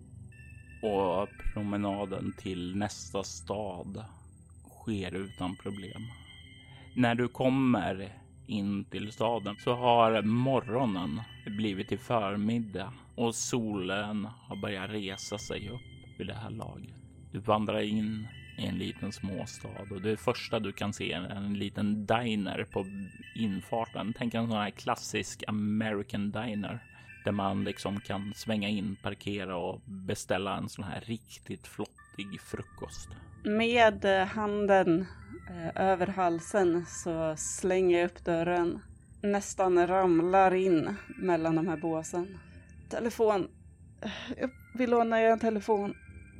Och promenaden till nästa stad sker utan problem. När du kommer in till staden så har morgonen blivit till förmiddag och solen har börjat resa sig upp vid det här laget. Du vandrar in i en liten småstad och det första du kan se är en liten diner på infarten. Tänk en sån här klassisk American diner där man liksom kan svänga in, parkera och beställa en sån här riktigt flottig frukost. Med handen Över halsen så slänger jag upp dörren. Nästan ramlar in mellan de här båsen. Telefon. Jag vill låna er en telefon.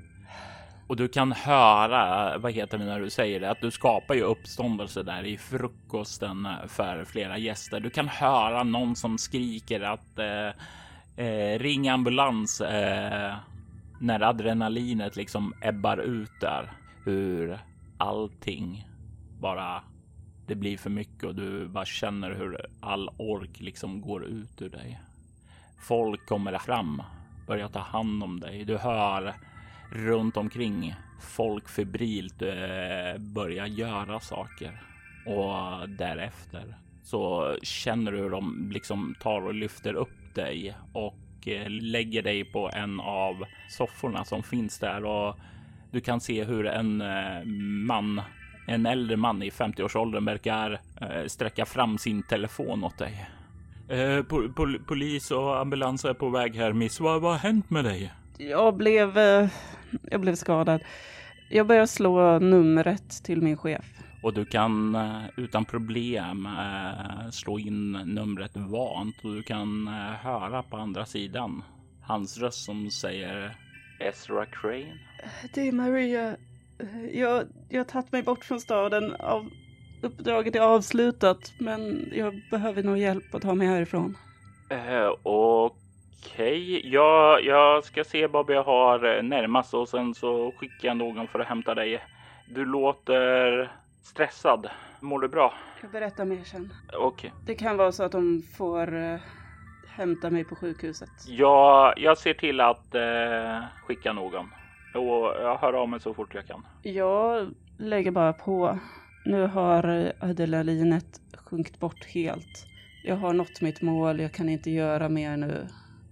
Och du kan höra, vad heter det när du säger det, att du skapar ju uppståndelse där i frukosten för flera gäster. Du kan höra någon som skriker att eh, eh, ring ambulans eh, när adrenalinet liksom ebbar ut där. Hur allting bara, det blir för mycket och du bara känner hur all ork liksom går ut ur dig. Folk kommer fram, börjar ta hand om dig. Du hör runt omkring folk febrilt eh, börjar göra saker. Och därefter så känner du hur de liksom tar och lyfter upp dig och eh, lägger dig på en av sofforna som finns där. Och du kan se hur en eh, man, en äldre man i femtioårsåldern verkar eh, sträcka fram sin telefon åt dig. Eh, pol- pol- polis och ambulans är på väg här, miss. Vad, vad har hänt med dig? Jag blev, jag blev skadad. Jag började slå numret till min chef. Och du kan utan problem äh, slå in numret vant. Och du kan äh, höra på andra sidan hans röst som säger Ezra Crane. Det är Maria. Jag, jag har tagit mig bort från staden. Av, uppdraget är avslutat. Men jag behöver nog hjälp att ta mig härifrån. Äh, och Okej, jag, jag ska se vad jag har närmast och sen så skickar jag någon för att hämta dig. Du låter stressad. Mår du bra? Jag berättar mer sen. Okej. Det kan vara så att de får uh, hämta mig på sjukhuset. Ja, jag ser till att uh, skicka någon. Och jag hör av mig så fort jag kan. Jag lägger bara på. Nu har adrenalinet sjunkit bort helt. Jag har nått mitt mål, jag kan inte göra mer nu.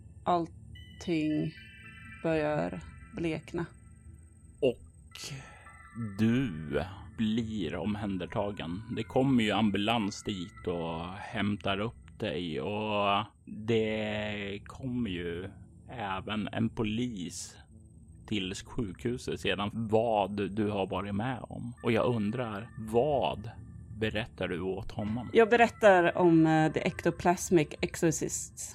Allting börjar blekna. Och du blir omhändertagen. Det kommer ju ambulans dit och hämtar upp dig. Och det kommer ju även en polis till sjukhuset sedan vad du har varit med om. Och jag undrar, vad berättar du åt honom? Jag berättar om uh, The Ectoplasmic Exorcists.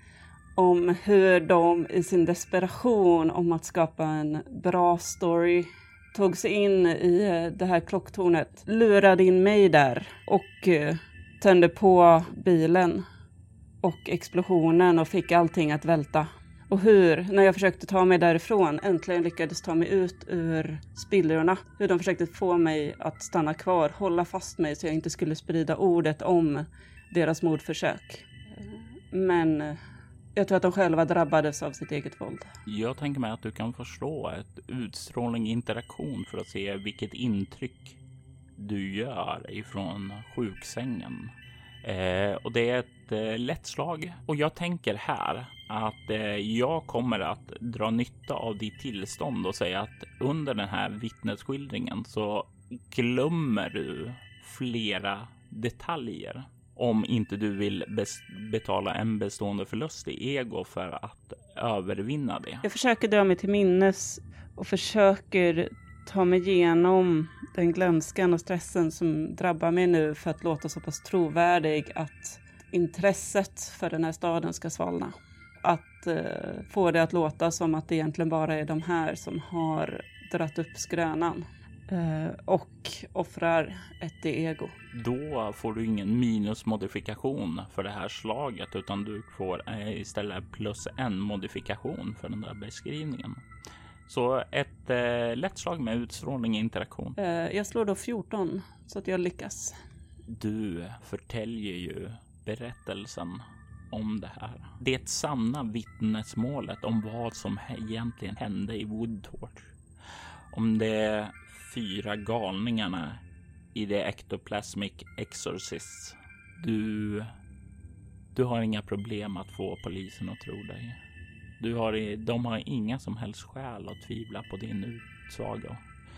Om hur de i sin desperation om att skapa en bra story tog sig in i det här klocktornet. Lurade in mig där och uh, tände på bilen och explosionen och fick allting att välta. Och hur, när jag försökte ta mig därifrån, äntligen lyckades ta mig ut ur spillrorna. Hur de försökte få mig att stanna kvar, hålla fast mig så jag inte skulle sprida ordet om deras mordförsök. Men jag tror att de själva drabbades av sitt eget våld. Jag tänker mig att du kan förslå ett utstrålning interaktion för att se vilket intryck du gör ifrån sjuksängen. Eh, och det är ett eh, lätt slag. Och jag tänker här att eh, jag kommer att dra nytta av ditt tillstånd och säga att under den här vittnesskildringen så glömmer du flera detaljer. Om inte du vill bes- betala en bestående förlust i ego för att övervinna det. Jag försöker dra mig till minnes och försöker ta mig igenom den glömskan och stressen som drabbar mig nu för att låta så pass trovärdig att intresset för den här staden ska svalna. Att eh, få det att låta som att det egentligen bara är de här som har dratt upp skrönan. Eh, och offrar ett ego. Då får du ingen minusmodifikation för det här slaget utan du får eh, istället plus en modifikation för den där beskrivningen. Så ett eh, lätt slag med utstrålning i interaktion. Eh, jag slår då fjorton så att jag lyckas. Du förtäljer ju berättelsen om det här. Det sanna vittnesmålet om vad som egentligen hände i Woodtorch. Om de fyra galningarna i The Ectoplasmic Exorcists. Du, du har inga problem att få polisen att tro dig. Du har, de har inga som helst skäl att tvivla på din utsaga.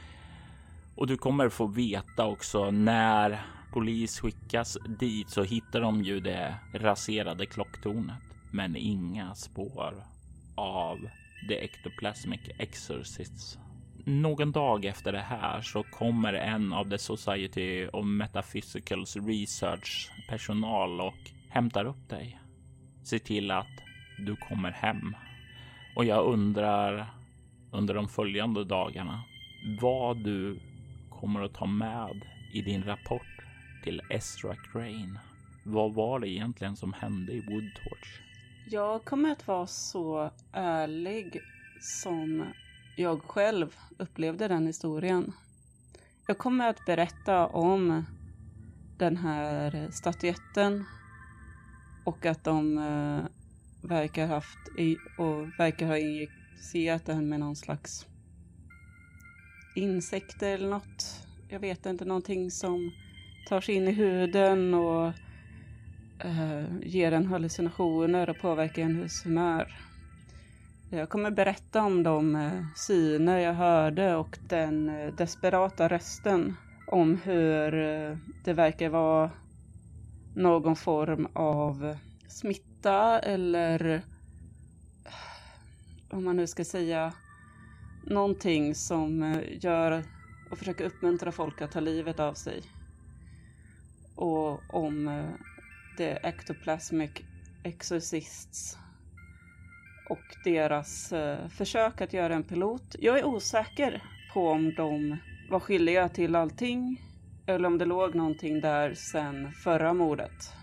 Och du kommer få veta också när polis skickas dit så hittar de ju det raserade klocktornet. Men inga spår av The Ectoplasmic Exorcists. någon dag efter det här så kommer en av The Society of Metaphysicals Research personal och hämtar upp dig. Se till att du kommer hem. Och jag undrar under de följande dagarna vad du kommer att ta med i din rapport till Ezra Crane. Vad var det egentligen som hände i Woodtorch? Jag kommer att vara så ärlig som jag själv upplevde den historien. Jag kommer att berätta om den här statyetten och att de eh, verkar haft i, och verkar ha injicerat den med någon slags insekter eller något. Jag vet inte, någonting som tar sig in i huden och eh, ger en hallucinationer och påverkar ens humör. Jag kommer berätta om de eh, syner jag hörde och den eh, desperata rösten. Om hur eh, det verkar vara någon form av smitta eller om man nu ska säga någonting som eh, gör och försöker uppmuntra folk att ta livet av sig. Och om eh, The Ectoplasmic Exorcists och deras eh, försök att göra en pilot. Jag är osäker på om de var skyldiga till allting eller om det låg någonting där sen förra mordet.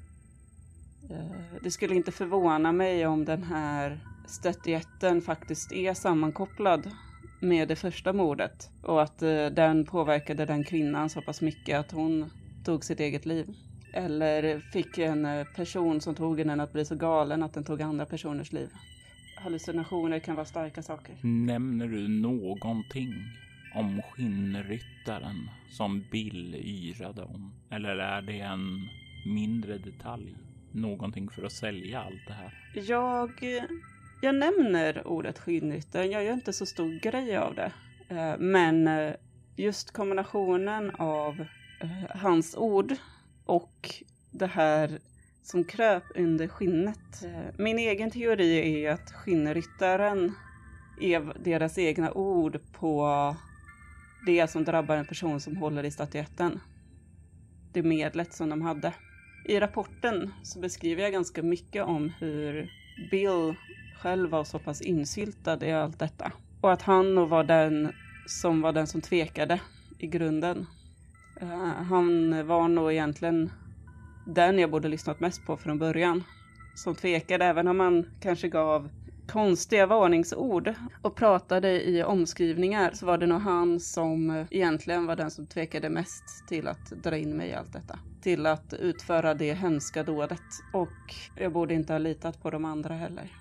Eh, det skulle inte förvåna mig om den här statyetten faktiskt är sammankopplad med det första mordet och att eh, den påverkade den kvinnan så pass mycket att hon tog sitt eget liv. Eller fick en person som tog den att bli så galen att den tog andra personers liv. Hallucinationer kan vara starka saker. Nämner du någonting om skinnryttaren som Bill yrade om? Eller är det en mindre detalj? Någonting för att sälja allt det här? Jag, jag nämner ordet skinnryttaren. Jag gör inte så stor grej av det. Men just kombinationen av hans ord och det här som kröp under skinnet. Min egen teori är att skinnryttaren är deras egna ord på det som drabbar en person som håller i statyetten. Det medlet som de hade. I rapporten så beskriver jag ganska mycket om hur Bill själv var så pass insyltad i allt detta. Och att han nog var den som var den som tvekade i grunden. Uh, han var nog egentligen den jag borde lyssnat mest på från början. Som tvekade även om man kanske gav konstiga varningsord och pratade i omskrivningar, så var det nog han som egentligen var den som tvekade mest till att dra in mig i allt detta. Till att utföra det hemska dådet. Och jag borde inte ha litat på de andra heller.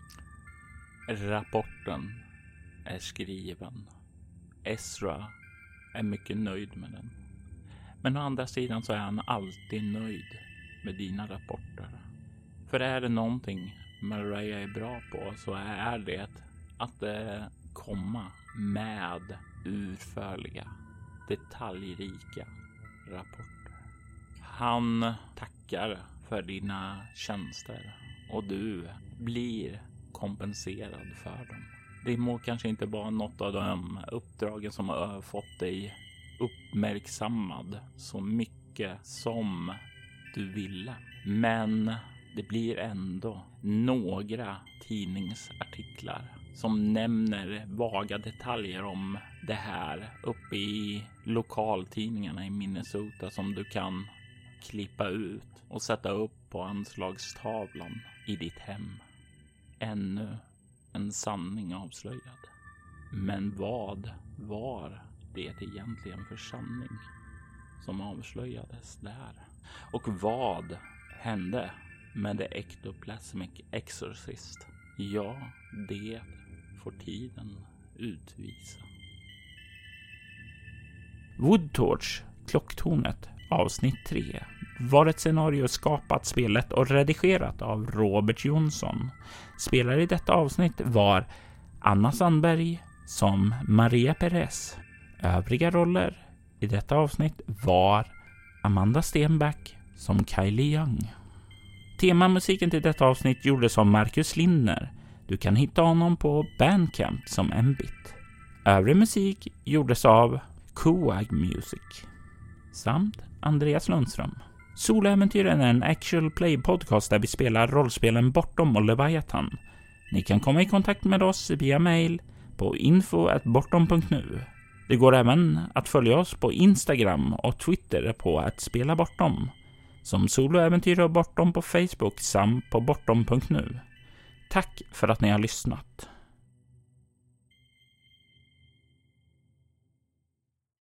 Rapporten är skriven. Ezra är mycket nöjd med den. Men å andra sidan så är han alltid nöjd med dina rapporter. För är det någonting Maria är bra på så är det att eh, komma med utförliga, detaljrika rapporter. Han tackar för dina tjänster och du blir kompenserad för dem. Det må kanske inte vara något av de uppdragen som har fått dig uppmärksammad så mycket som du ville. Men det blir ändå några tidningsartiklar som nämner vaga detaljer om det här uppe i lokaltidningarna i Minnesota som du kan klippa ut och sätta upp på anslagstavlan i ditt hem. Ännu en sanning avslöjad. Men vad var det egentligen för sanning som avslöjades där? Och vad hände med The Ectoplasmic Exorcist? Ja, det får tiden utvisa. Woodtorch, klocktornet, avsnitt tre, var ett scenario skapat, spelet och redigerat av Robert Jonsson. Spelare i detta avsnitt var Anna Sandberg som Maria Perez. Övriga roller i detta avsnitt var Amanda Stenback som Kylie Young. Temamusiken till detta avsnitt gjordes av Marcus Lindner. Du kan hitta honom på Bandcamp som Mbit. Övrig musik gjordes av Coag Music samt Andreas Lundström. Soloäventyren är en actual play podcast där vi spelar rollspelen Bortom och Leviathan. Ni kan komma i kontakt med oss via mail på info at bortom punkt nu. Det går även att följa oss på Instagram och Twitter på att spela bortom, som Soloäventyr och Bortom på Facebook samt på bortom punkt nu. Tack för att ni har lyssnat.